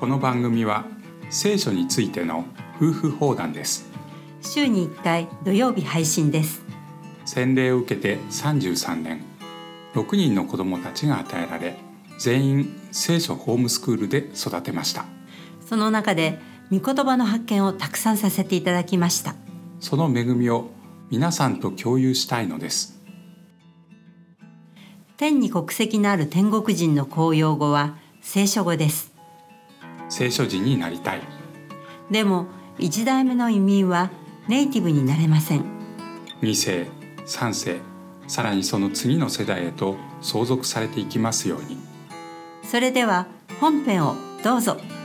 この番組は聖書についての夫婦放談です。 週に1回土曜日配信です。 洗礼を受けて33年、6人の子どもたちが与えられ、全員聖書ホームスクールで育てました。 その中で御言葉の発見をたくさんさせていただきました。 その恵みを皆さんと共有したいのです。 天に国籍のある天国人の公用語は聖書語です。 聖書人になりたい。 でも1代目の移民はネイティブになれません。 2世、3世、さらにその次の世代へと相続されていきますように。 それでは本編をどうぞ。